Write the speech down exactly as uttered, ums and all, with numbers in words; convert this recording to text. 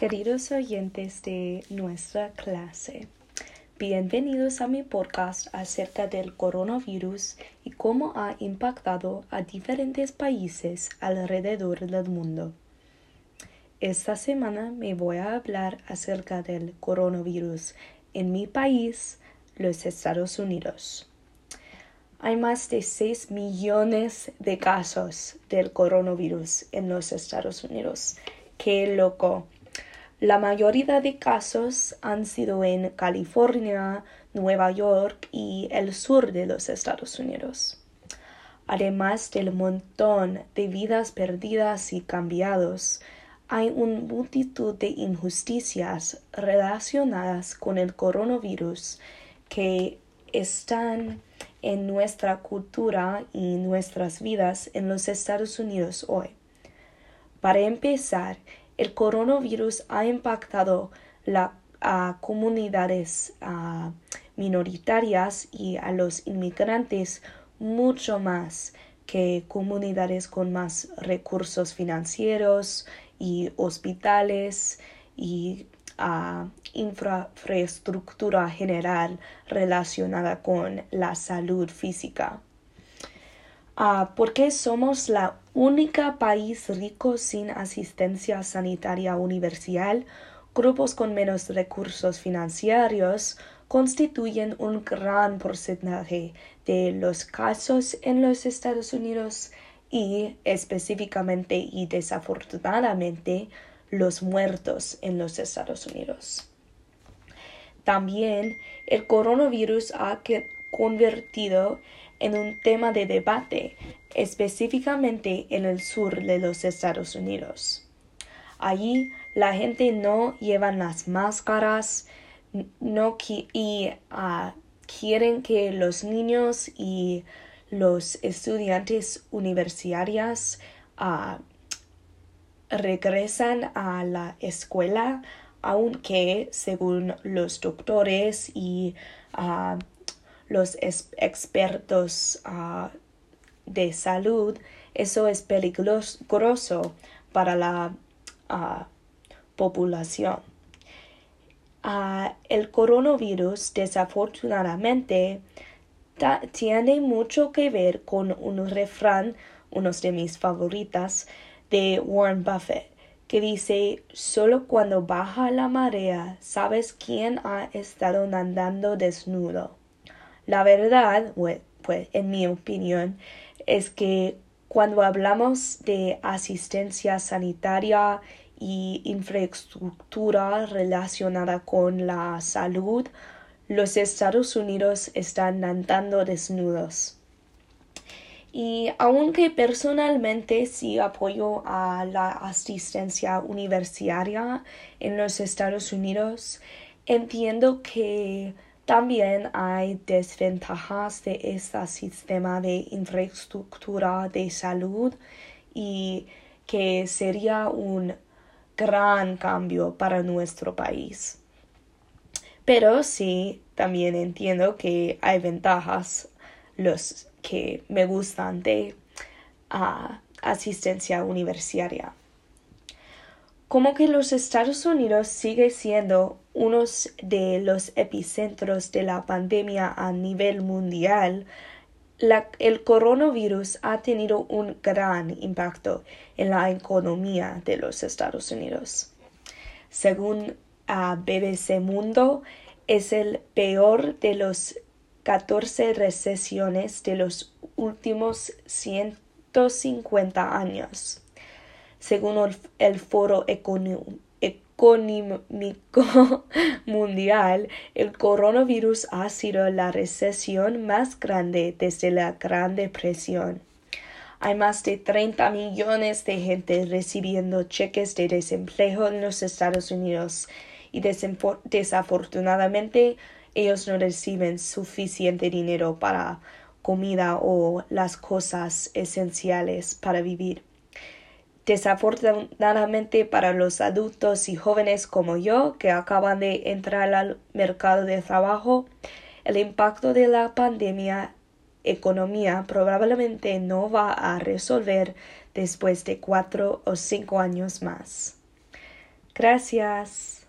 Queridos oyentes de nuestra clase, bienvenidos a mi podcast acerca del coronavirus y cómo ha impactado a diferentes países alrededor del mundo. Esta semana me voy a hablar acerca del coronavirus en mi país, los Estados Unidos. Hay más de seis millones de casos del coronavirus en los Estados Unidos. ¡Qué loco! La mayoría de casos han sido en California, Nueva York y el sur de los Estados Unidos. Además del montón de vidas perdidas y cambiados, hay una multitud de injusticias relacionadas con el coronavirus que están en nuestra cultura y nuestras vidas en los Estados Unidos hoy. Para empezar, el coronavirus ha impactado la, a comunidades a minoritarias y a los inmigrantes mucho más que comunidades con más recursos financieros y hospitales y uh, infraestructura general relacionada con la salud física. Uh, porque somos la única país rico sin asistencia sanitaria universal, grupos con menos recursos financieros constituyen un gran porcentaje de los casos en los Estados Unidos y específicamente y desafortunadamente los muertos en los Estados Unidos. También el coronavirus ha convertido en un tema de debate, específicamente en el sur de los Estados Unidos. Allí la gente no lleva las máscaras no y uh, quieren que los niños y los estudiantes universitarios uh, regresan a la escuela, aunque según los doctores y uh, los es- expertos uh, de salud, eso es peligroso para la uh, población. Uh, el coronavirus, desafortunadamente, ta- tiene mucho que ver con un refrán, uno de mis favoritas, de Warren Buffett, que dice: solo cuando baja la marea sabes quién ha estado nadando desnudo. La verdad, pues, pues, en mi opinión, es que cuando hablamos de asistencia sanitaria y infraestructura relacionada con la salud, los Estados Unidos están nadando desnudos. Y aunque personalmente sí apoyo a la asistencia universitaria en los Estados Unidos, entiendo que también hay desventajas de este sistema de infraestructura de salud y que sería un gran cambio para nuestro país. Pero sí, también entiendo que hay ventajas los que me gustan de uh, asistencia universitaria. Como que los Estados Unidos sigue siendo uno de los epicentros de la pandemia a nivel mundial, la, el coronavirus ha tenido un gran impacto en la economía de los Estados Unidos. Según uh, B B C Mundo, es el peor de los catorce recesiones de los últimos ciento cincuenta años. Según el, el Foro Económico Mundial, el coronavirus ha sido la recesión más grande desde la Gran Depresión. Hay más de treinta millones de gente recibiendo cheques de desempleo en los Estados Unidos y desafortunadamente ellos no reciben suficiente dinero para comida o las cosas esenciales para vivir. Desafortunadamente para los adultos y jóvenes como yo que acaban de entrar al mercado de trabajo, el impacto de la pandemia economía probablemente no va a resolver después de cuatro o cinco años más. Gracias.